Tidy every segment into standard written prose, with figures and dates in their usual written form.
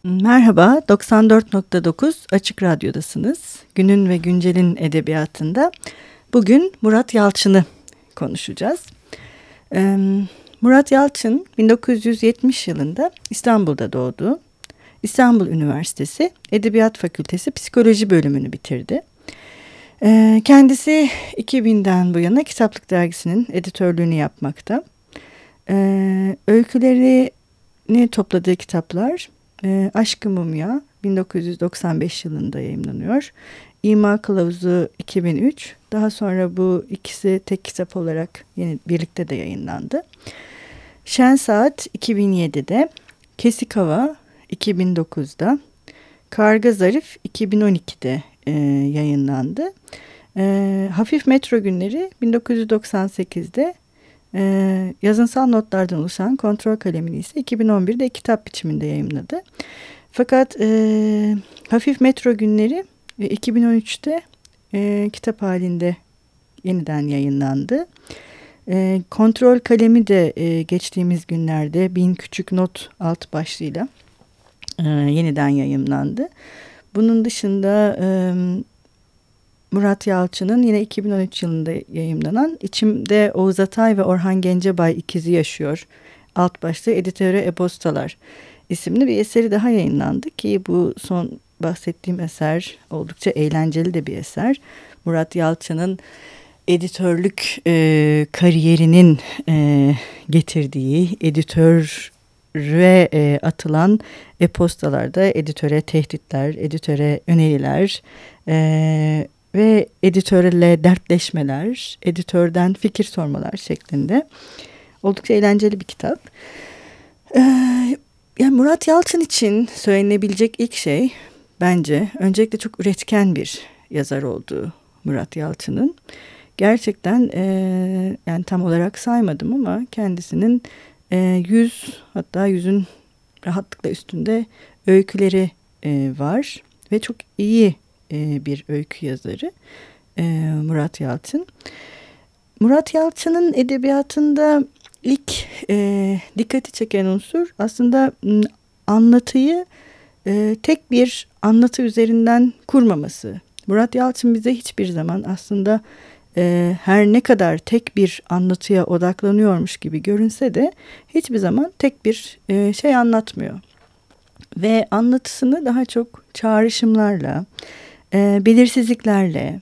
Merhaba, 94.9 Açık Radyo'dasınız. Günün ve Güncel'in edebiyatında bugün Murat Yalçın'ı konuşacağız. Murat Yalçın 1970 yılında İstanbul'da doğdu. İstanbul Üniversitesi Edebiyat Fakültesi Psikoloji bölümünü bitirdi. Kendisi 2000'den bu yana Kitaplık Dergisi'nin editörlüğünü yapmakta. Öykülerini topladığı kitaplar Aşk-ı Mumya 1995 yılında yayımlanıyor. İma Kılavuzu 2003. Daha sonra bu ikisi tek kitap olarak birlikte de yayınlandı. Şen Saat 2007'de, Kesik Hava 2009'da, Karga Zarif 2012'de yayınlandı. Hafif Metro Günleri 1998'de, yazınsal notlardan oluşan Kontrol Kalemini ise 2011'de kitap biçiminde yayımladı. Fakat Hafif Metro Günleri 2013'te kitap halinde yeniden yayınlandı. Kontrol Kalemi de geçtiğimiz günlerde 1000 Küçük Not alt başlığıyla yeniden yayımlandı. Bunun dışında Murat Yalçın'ın yine 2013 yılında yayımlanan İçimde Oğuz Atay ve Orhan Gencebay ikizi yaşıyor alt başlığı Editör'e E-Postalar isimli bir eseri daha yayınlandı ki bu son bahsettiğim eser oldukça eğlenceli de bir eser. Murat Yalçın'ın editörlük kariyerinin getirdiği editöre atılan e-postalarda editöre tehditler, editöre öneriler ve editörle dertleşmeler, editörden fikir sormalar şeklinde oldukça eğlenceli bir kitap. Yani Murat Yalçın için söylenebilecek ilk şey bence öncelikle çok üretken bir yazar olduğu Murat Yalçın'ın. Gerçekten yani tam olarak saymadım ama kendisinin 100 hatta 100'ün rahatlıkla üstünde öyküleri var ve çok iyi bir öykü yazarı Murat Yalçın. Murat Yalçın'ın edebiyatında ilk dikkati çeken unsur aslında anlatıyı tek bir anlatı üzerinden kurmaması. Murat Yalçın bize hiçbir zaman aslında her ne kadar tek bir anlatıya odaklanıyormuş gibi görünse de hiçbir zaman tek bir şey anlatmıyor. Ve anlatısını daha çok çağrışımlarla, belirsizliklerle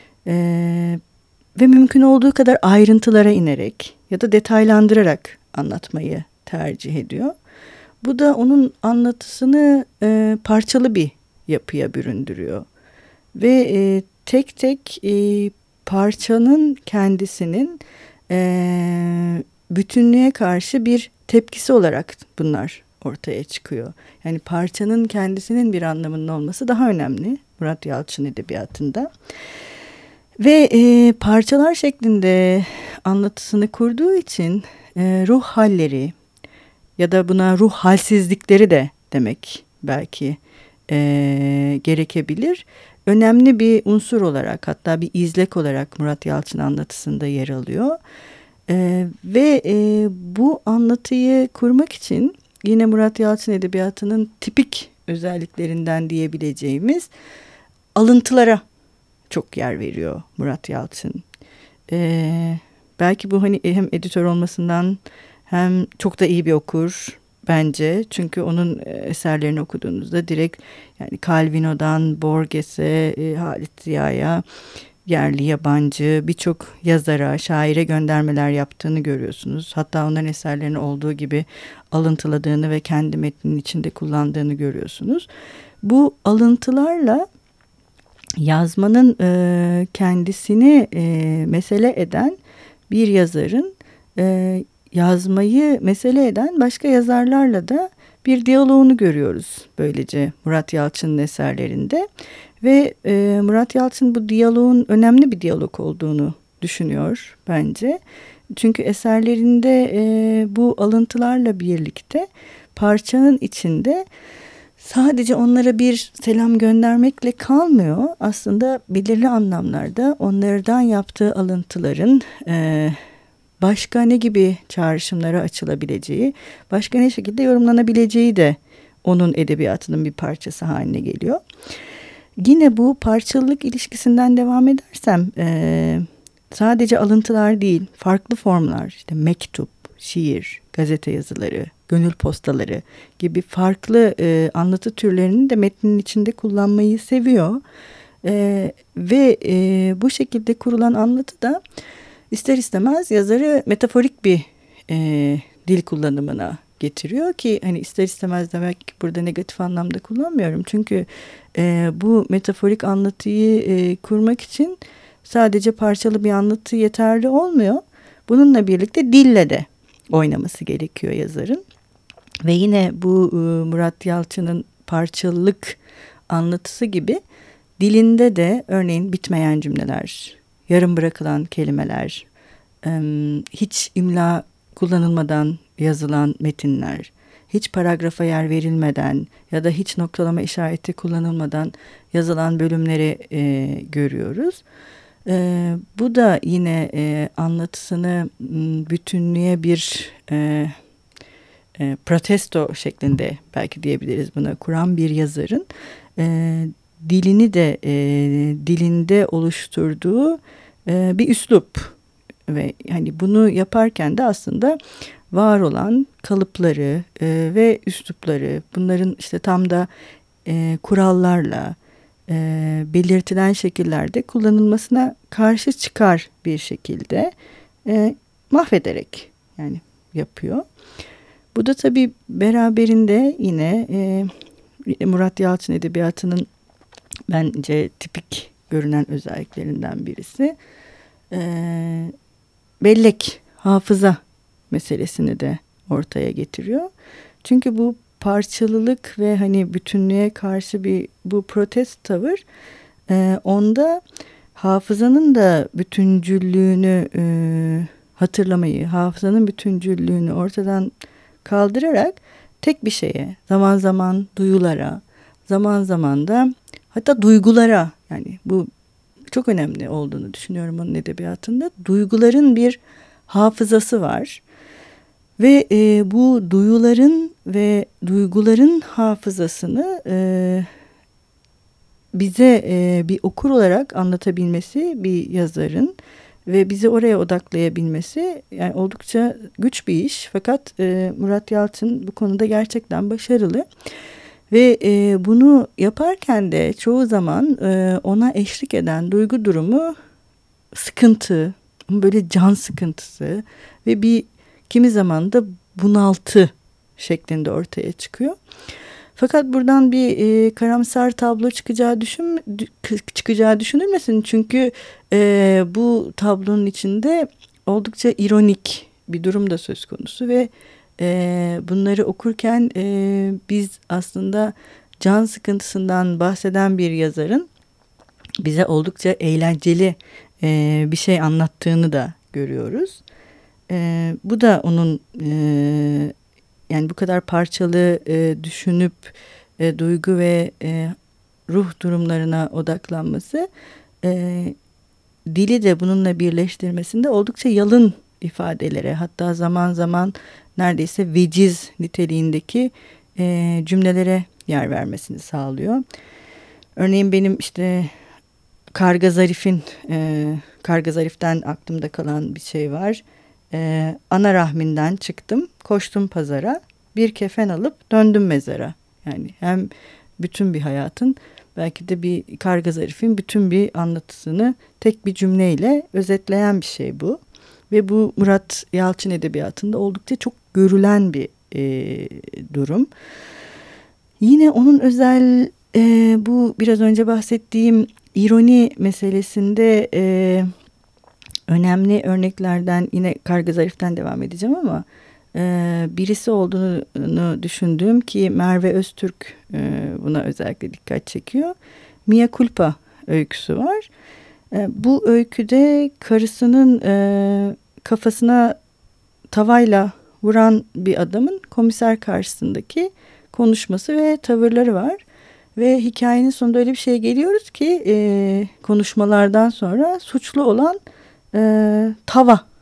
ve mümkün olduğu kadar ayrıntılara inerek ya da detaylandırarak anlatmayı tercih ediyor. Bu da onun anlatısını parçalı bir yapıya büründürüyor. Ve tek tek parçanın kendisinin bütünlüğe karşı bir tepkisi olarak bunlar ortaya çıkıyor. Yani parçanın kendisinin bir anlamının olması daha önemli Murat Yalçın edebiyatında. Ve parçalar şeklinde anlatısını kurduğu için ruh halleri ya da buna ruh halsizlikleri de demek belki gerekebilir. Önemli bir unsur olarak, hatta bir izlek olarak Murat Yalçın anlatısında yer alıyor. Ve bu anlatıyı kurmak için yine Murat Yalçın edebiyatının tipik özelliklerinden diyebileceğimiz alıntılara çok yer veriyor Murat Yalçın. Belki bu hani hem editör olmasından hem çok da iyi bir okur bence. Çünkü onun eserlerini okuduğunuzda direkt yani Calvino'dan Borges'e, Halit Ziya'ya, yerli yabancı birçok yazara, şaire göndermeler yaptığını görüyorsunuz. Hatta onların eserlerini olduğu gibi alıntıladığını ve kendi metninin içinde kullandığını görüyorsunuz. Bu alıntılarla yazmanın kendisini mesele eden bir yazarın yazmayı mesele eden başka yazarlarla da bir diyaloğunu görüyoruz böylece Murat Yalçın'ın eserlerinde. Ve Murat Yalçın bu diyaloğun önemli bir diyalog olduğunu düşünüyor bence. Çünkü eserlerinde bu alıntılarla birlikte parçanın içinde sadece onlara bir selam göndermekle kalmıyor. Aslında belirli anlamlarda onlardan yaptığı alıntıların başka ne gibi çağrışımlara açılabileceği, başka ne şekilde yorumlanabileceği de onun edebiyatının bir parçası haline geliyor. Yine bu parçalılık ilişkisinden devam edersem sadece alıntılar değil, farklı formlar, işte mektup, şiir, gazete yazıları, gönül postaları gibi farklı anlatı türlerini de metnin içinde kullanmayı seviyor. Ve bu şekilde kurulan anlatı da ister istemez yazarı metaforik bir dil kullanımına getiriyor ki hani ister istemez demek burada negatif anlamda kullanmıyorum. Çünkü bu metaforik anlatıyı kurmak için sadece parçalı bir anlatı yeterli olmuyor. Bununla birlikte dille de oynaması gerekiyor yazarın. Ve yine bu Murat Yalçın'ın parçalılık anlatısı gibi dilinde de örneğin bitmeyen cümleler, yarım bırakılan kelimeler, hiç imla kullanılmadan yazılan metinler, hiç paragrafa yer verilmeden ya da hiç noktalama işareti kullanılmadan yazılan bölümleri görüyoruz. Bu da yine anlatısını bütünlüğe bir protesto şeklinde belki diyebiliriz buna kuran bir yazarın dilini de dilinde oluşturduğu bir üslup ve hani bunu yaparken de aslında var olan kalıpları ve üslupları bunların işte tam da kurallarla belirtilen şekillerde kullanılmasına karşı çıkar bir şekilde mahvederek yani yapıyor. Bu da tabii beraberinde yine Murat Yalçın edebiyatının bence tipik görünen özelliklerinden birisi bellek, hafıza meselesini de ortaya getiriyor. Çünkü bu parçalılık ve hani bütünlüğe karşı bir bu protest tavır onda hafızanın da bütüncüllüğünü hatırlamayı, hafızanın bütüncüllüğünü ortadan kaldırarak tek bir şeye, zaman zaman duyulara, zaman zaman da hatta duygulara, yani bu çok önemli olduğunu düşünüyorum onun edebiyatında. Duyguların bir hafızası var ve bu duyuların ve duyguların hafızasını bize bir okur olarak anlatabilmesi bir yazarın ve bizi oraya odaklayabilmesi yani oldukça güç bir iş. Fakat Murat Yalçın bu konuda gerçekten başarılı. Ve bunu yaparken de çoğu zaman ona eşlik eden duygu durumu sıkıntı, böyle can sıkıntısı ve bir kimi zaman da bunaltı şeklinde ortaya çıkıyor. Fakat buradan bir karamsar tablo çıkacağı düşünülmesin. Çünkü bu tablonun içinde oldukça ironik bir durum da söz konusu ve bunları okurken biz aslında can sıkıntısından bahseden bir yazarın bize oldukça eğlenceli bir şey anlattığını da görüyoruz. Bu da onun yani bu kadar parçalı düşünüp duygu ve ruh durumlarına odaklanması dili de bununla birleştirmesinde oldukça yalın ifadelere hatta zaman zaman neredeyse veciz niteliğindeki cümlelere yer vermesini sağlıyor. Örneğin benim işte Karga Zarif'ten aklımda kalan bir şey var. Ana rahminden çıktım, koştum pazara, bir kefen alıp döndüm mezara. Yani hem bütün bir hayatın belki de bir Karga Zarif'in bütün bir anlatısını tek bir cümleyle özetleyen bir şey bu. Ve bu Murat Yalçın edebiyatında oldukça çok görülen bir durum. Yine onun özel bu biraz önce bahsettiğim ironi meselesinde önemli örneklerden yine Karga Zarif'ten devam edeceğim ama birisi olduğunu düşündüğüm ki Merve Öztürk buna özellikle dikkat çekiyor. Mea Culpa öyküsü var. Bu öyküde karısının kafasına tavayla vuran bir adamın komiser karşısındaki konuşması ve tavırları var. Ve hikayenin sonunda öyle bir şeye geliyoruz ki konuşmalardan sonra suçlu olan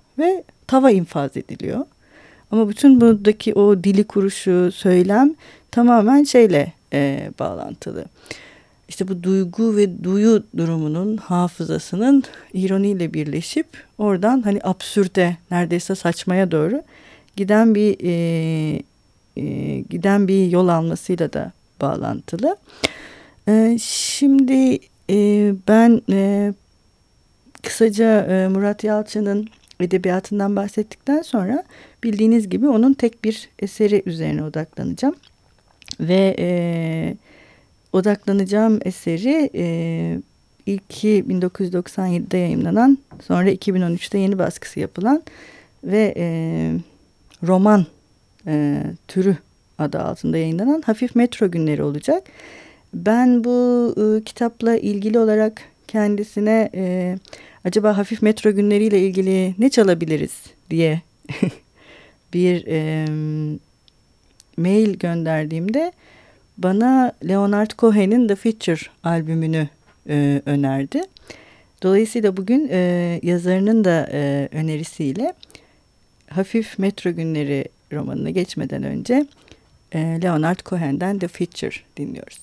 tava infaz ediliyor. Ama bütün buradaki o dili kuruşu, söylem tamamen şeyle bağlantılı. İşte bu duygu ve duyu durumunun hafızasının ironiyle birleşip oradan hani absürde, neredeyse saçmaya doğru giden bir yol almasıyla da bağlantılı. Şimdi ben kısaca Murat Yalçın'ın edebiyatından bahsettikten sonra bildiğiniz gibi onun tek bir eseri üzerine odaklanacağım. Ve odaklanacağım eseri ilki 1997'de yayımlanan, sonra 2013'te yeni baskısı yapılan ve roman türü adı altında yayınlanan Hafif Metro Günleri olacak. Ben bu kitapla ilgili olarak kendisine acaba Hafif Metro Günleri ile ilgili ne çalabiliriz diye bir mail gönderdiğimde bana Leonard Cohen'in The Future albümünü önerdi. Dolayısıyla bugün yazarının da önerisiyle Hafif Metro Günleri romanına geçmeden önce Leonard Cohen'den The Future dinliyoruz.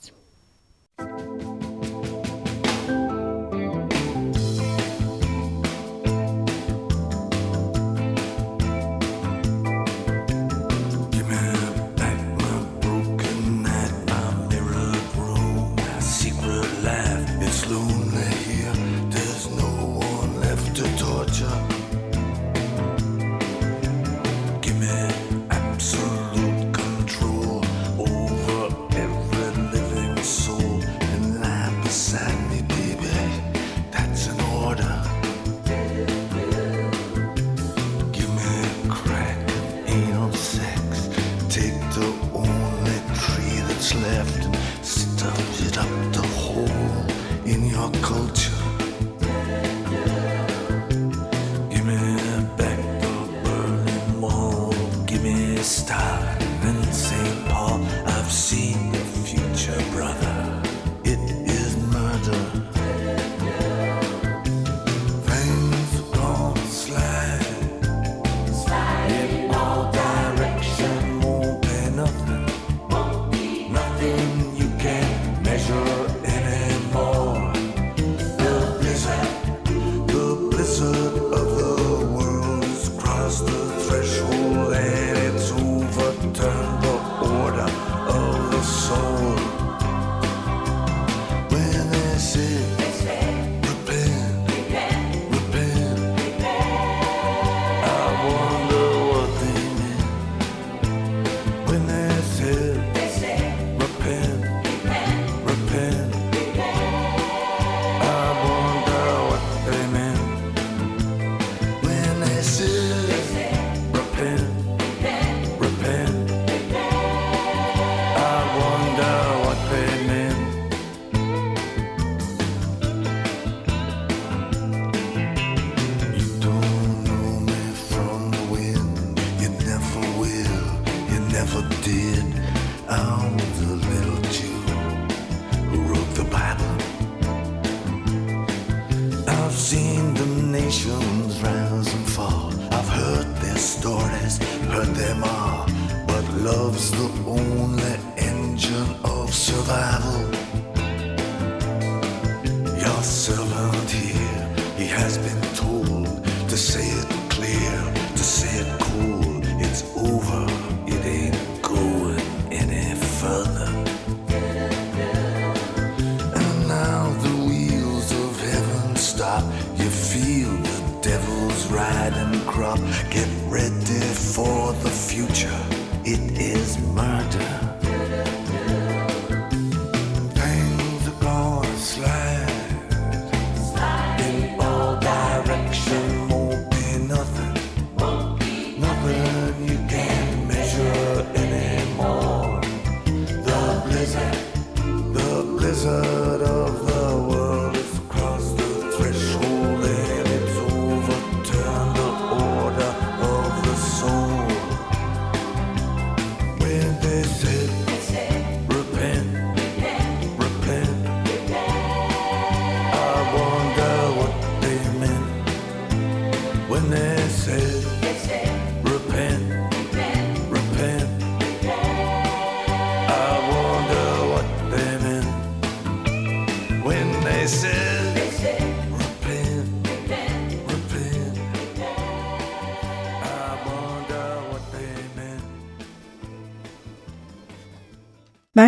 Repent. I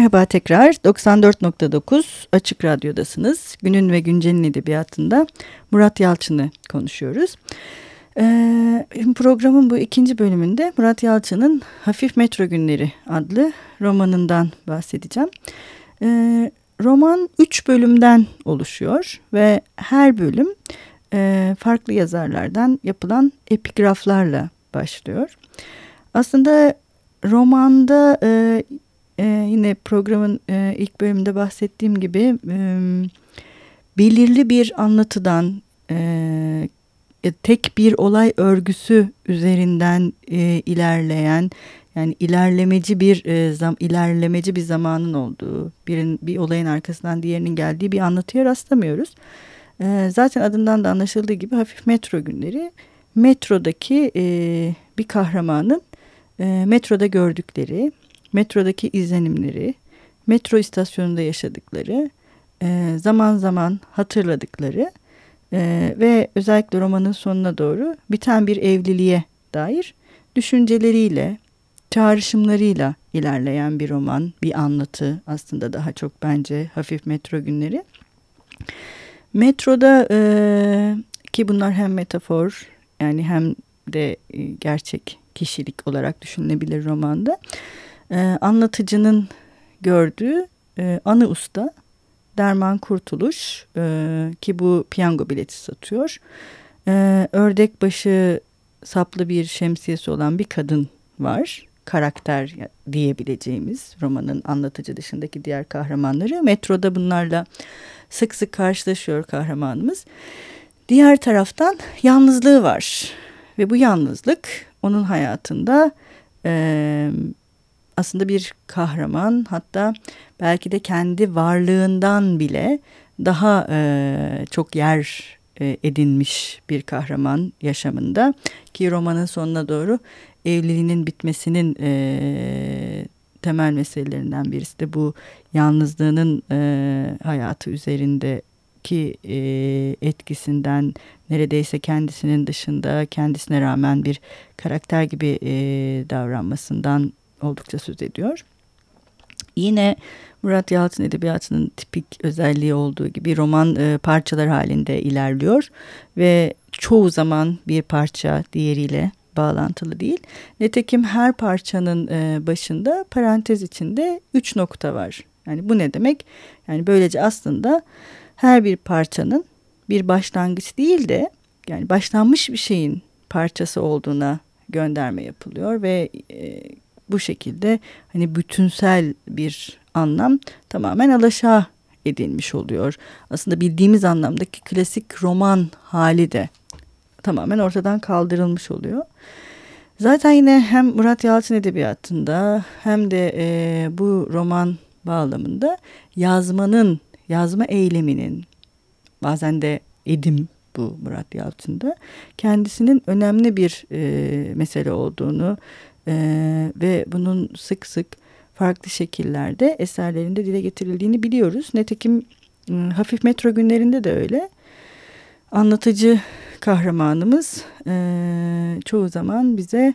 Merhaba tekrar 94.9 Açık Radyo'dasınız. Günün ve Güncel'in edebiyatında Murat Yalçın'ı konuşuyoruz. Programın bu ikinci bölümünde Murat Yalçın'ın Hafif Metro Günleri adlı romanından bahsedeceğim. Roman 3 bölümden oluşuyor ve her bölüm farklı yazarlardan yapılan epigraflarla başlıyor. Aslında romanda yine programın ilk bölümünde bahsettiğim gibi belirli bir anlatıdan tek bir olay örgüsü üzerinden ilerleyen, yani ilerlemeci bir zamanın olduğu, bir olayın arkasından diğerinin geldiği bir anlatıya rastlamıyoruz. Zaten adından da anlaşıldığı gibi Hafif Metro Günleri, metrodaki bir kahramanın metroda gördükleri, metrodaki izlenimleri, metro istasyonunda yaşadıkları, zaman zaman hatırladıkları ve özellikle romanın sonuna doğru biten bir evliliğe dair düşünceleriyle, çağrışımlarıyla ilerleyen bir roman, bir anlatı aslında daha çok bence Hafif Metro Günleri. Metroda ki bunlar hem metafor, yani hem de gerçek kişilik olarak düşünülebilir romanda. Anlatıcının gördüğü anı usta Derman Kurtuluş ki bu piyango bileti satıyor. Ördek başı saplı bir şemsiyesi olan bir kadın var. Karakter diyebileceğimiz romanın anlatıcı dışındaki diğer kahramanları. Metroda bunlarla sık sık karşılaşıyor kahramanımız. Diğer taraftan yalnızlığı var ve bu yalnızlık onun hayatında aslında bir kahraman, hatta belki de kendi varlığından bile daha çok yer edinmiş bir kahraman yaşamında, ki romanın sonuna doğru evliliğinin bitmesinin temel meselelerinden birisi de bu yalnızlığının hayatı üzerindeki etkisinden, neredeyse kendisinin dışında kendisine rağmen bir karakter gibi davranmasından oldukça söz ediyor. Yine Murat Yalçın edebiyatının tipik özelliği olduğu gibi roman parçalar halinde ilerliyor ve çoğu zaman bir parça diğeriyle bağlantılı değil. Nitekim her parçanın başında parantez içinde 3 nokta var. Yani bu ne demek? Yani böylece aslında her bir parçanın bir başlangıç değil de yani başlanmış bir şeyin parçası olduğuna gönderme yapılıyor ve bu şekilde hani bütünsel bir anlam tamamen alaşağı edilmiş oluyor. Aslında bildiğimiz anlamdaki klasik roman hali de tamamen ortadan kaldırılmış oluyor. Zaten yine hem Murat Yalçın edebiyatında hem de bu roman bağlamında yazma eyleminin, bazen de edim bu Murat Yalçın'da, kendisinin önemli bir mesele olduğunu ve bunun sık sık farklı şekillerde eserlerinde dile getirildiğini biliyoruz. Nitekim Hafif Metro Günlerinde de öyle. Anlatıcı kahramanımız çoğu zaman bize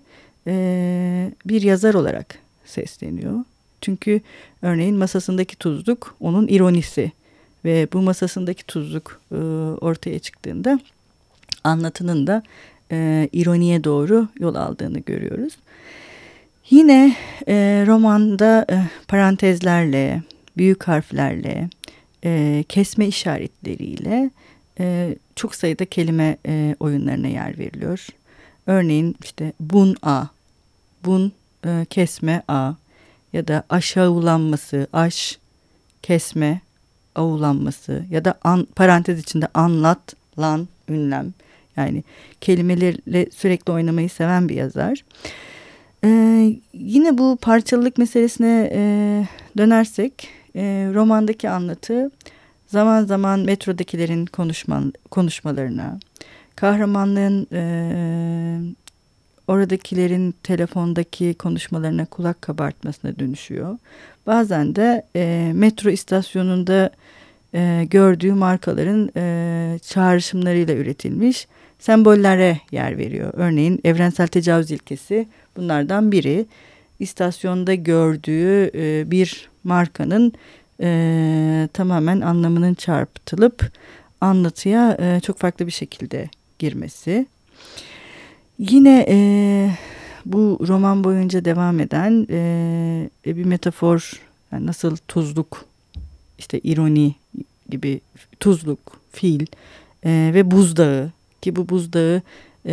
bir yazar olarak sesleniyor. Çünkü örneğin masasındaki tuzluk onun ironisi ve bu masasındaki tuzluk ortaya çıktığında anlatının da ironiye doğru yol aldığını görüyoruz. Yine romanda parantezlerle, büyük harflerle, kesme işaretleriyle çok sayıda kelime oyunlarına yer veriliyor. Örneğin işte bun a, bun kesme a ya da aşağılanması, aş kesme avulanması ya da parantez içinde anlat, lan, ünlem. Yani kelimelerle sürekli oynamayı seven bir yazar. Yine bu parçalılık meselesine dönersek romandaki anlatı zaman zaman metrodakilerin konuşmalarına, kahramanlığın oradakilerin telefondaki konuşmalarına kulak kabartmasına dönüşüyor. Bazen de metro istasyonunda gördüğü markaların çağrışımlarıyla üretilmiş sembollere yer veriyor. Örneğin evrensel tecavüz ilkesi bunlardan biri. İstasyonda gördüğü bir markanın tamamen anlamının çarpıtılıp anlatıya çok farklı bir şekilde girmesi. Yine bu roman boyunca devam eden bir metafor, yani nasıl tuzluk, işte ironi gibi tuzluk, fil ve buzdağı, ki bu buzdağı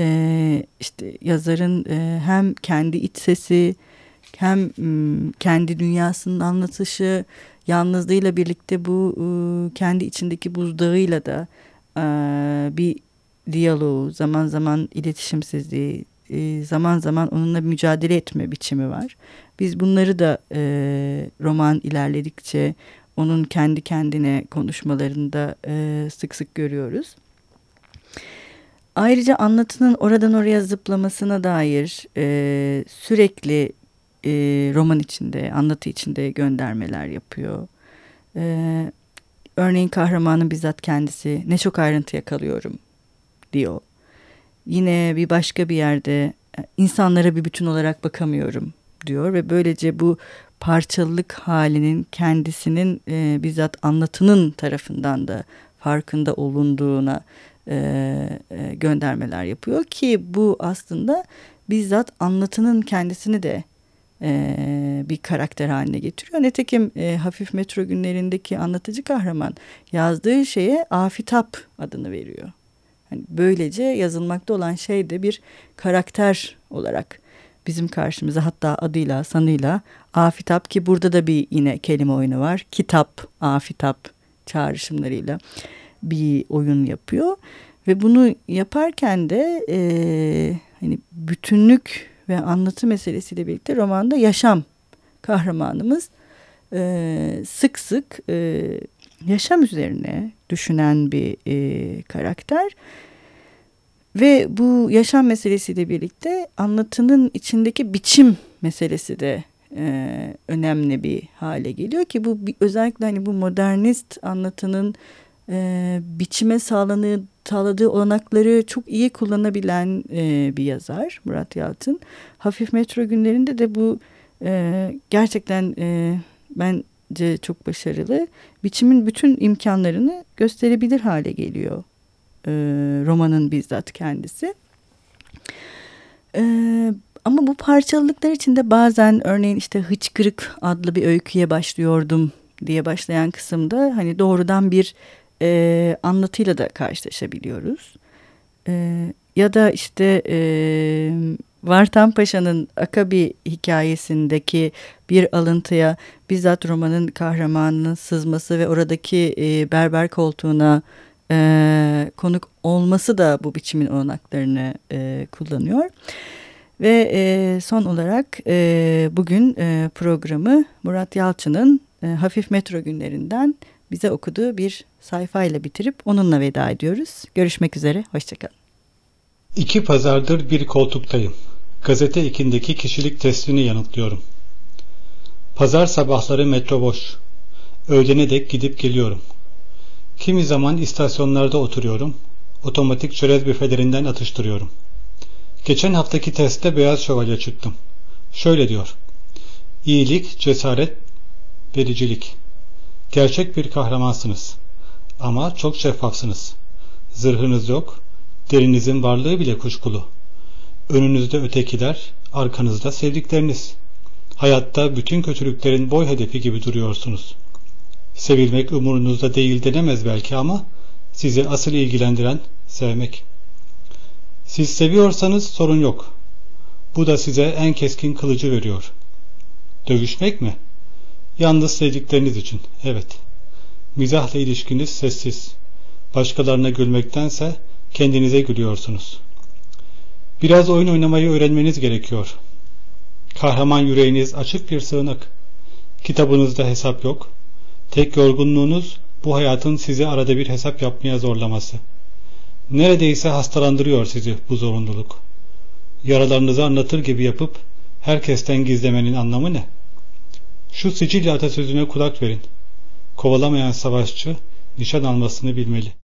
işte yazarın hem kendi iç sesi hem kendi dünyasının anlatışı, yalnızlığıyla birlikte bu kendi içindeki buzdağıyla da bir diyaloğu, zaman zaman iletişimsizliği, zaman zaman onunla mücadele etme biçimi var. Biz bunları da roman ilerledikçe onun kendi kendine konuşmalarında sık sık görüyoruz. Ayrıca anlatının oradan oraya zıplamasına dair sürekli roman içinde, anlatı içinde göndermeler yapıyor. Örneğin kahramanın bizzat kendisi "ne çok ayrıntı yakalıyorum" diyor. Yine bir başka bir yerde "insanlara bir bütün olarak bakamıyorum" diyor ve böylece bu parçalılık halinin kendisinin bizzat anlatının tarafından da farkında olunduğuna göndermeler yapıyor ki bu aslında bizzat anlatının kendisini de bir karakter haline getiriyor. Nitekim Hafif Metro Günlerindeki anlatıcı kahraman yazdığı şeye Afitap adını veriyor. Yani böylece yazılmakta olan şey de bir karakter olarak bizim karşımıza, hatta adıyla sanıyla Afitap, ki burada da bir yine kelime oyunu var. Kitap, Afitap çağrışımlarıyla bir oyun yapıyor ve bunu yaparken de hani bütünlük ve anlatı meselesiyle birlikte romanda yaşam kahramanımız sık sık yaşam üzerine düşünen bir karakter ve bu yaşam meselesiyle birlikte anlatının içindeki biçim meselesi de önemli bir hale geliyor ki bu özellikle hani bu modernist anlatının biçime sağladığı olanakları çok iyi kullanabilen bir yazar Murat Yalçın. Hafif Metro Günlerinde de bu gerçekten bence çok başarılı. Biçimin bütün imkanlarını gösterebilir hale geliyor romanın bizzat kendisi. Ama bu parçalılıklar içinde bazen, örneğin işte Hıçkırık adlı bir öyküye başlıyordum diye başlayan kısımda hani doğrudan bir anlatıyla da karşılaşabiliyoruz. Ya da işte Vartan Paşa'nın Akabi hikayesindeki bir alıntıya bizzat romanın kahramanının sızması ve oradaki berber koltuğuna konuk olması da bu biçimin olanaklarını kullanıyor. Ve son olarak bugün programı Murat Yalçın'ın Hafif Metro Günlerinden bize okuduğu bir sayfayla bitirip onunla veda ediyoruz. Görüşmek üzere, hoşçakalın. 2 pazardır bir koltuktayım. Gazete 2'ndeki kişilik testini yanıtlıyorum. Pazar sabahları metro boş. Öğlene dek gidip geliyorum. Kimi zaman istasyonlarda oturuyorum. Otomatik çerez büfelerinden atıştırıyorum. Geçen haftaki testte beyaz şövalye çıktım. Şöyle diyor: İyilik, cesaret, vericilik. Gerçek bir kahramansınız. Ama çok şeffafsınız. Zırhınız yok. Derinizin varlığı bile kuşkulu. Önünüzde ötekiler, arkanızda sevdikleriniz. Hayatta bütün kötülüklerin boy hedefi gibi duruyorsunuz. Sevilmek umurunuzda değil denemez belki ama sizi asıl ilgilendiren sevmek. Siz seviyorsanız sorun yok. Bu da size en keskin kılıcı veriyor. Dövüşmek mi? Yalnız sevdikleriniz için, evet. Mizahla ilişkiniz sessiz. Başkalarına gülmektense kendinize gülüyorsunuz. Biraz oyun oynamayı öğrenmeniz gerekiyor. Kahraman yüreğiniz açık bir sığınak. Kitabınızda hesap yok. Tek yorgunluğunuz bu hayatın sizi arada bir hesap yapmaya zorlaması. Neredeyse hastalandırıyor sizi bu zorunluluk. Yaralarınızı anlatır gibi yapıp herkesten gizlemenin anlamı ne? Şu Sicilya atasözüne kulak verin. Kovalamayan savaşçı nişan almasını bilmeli.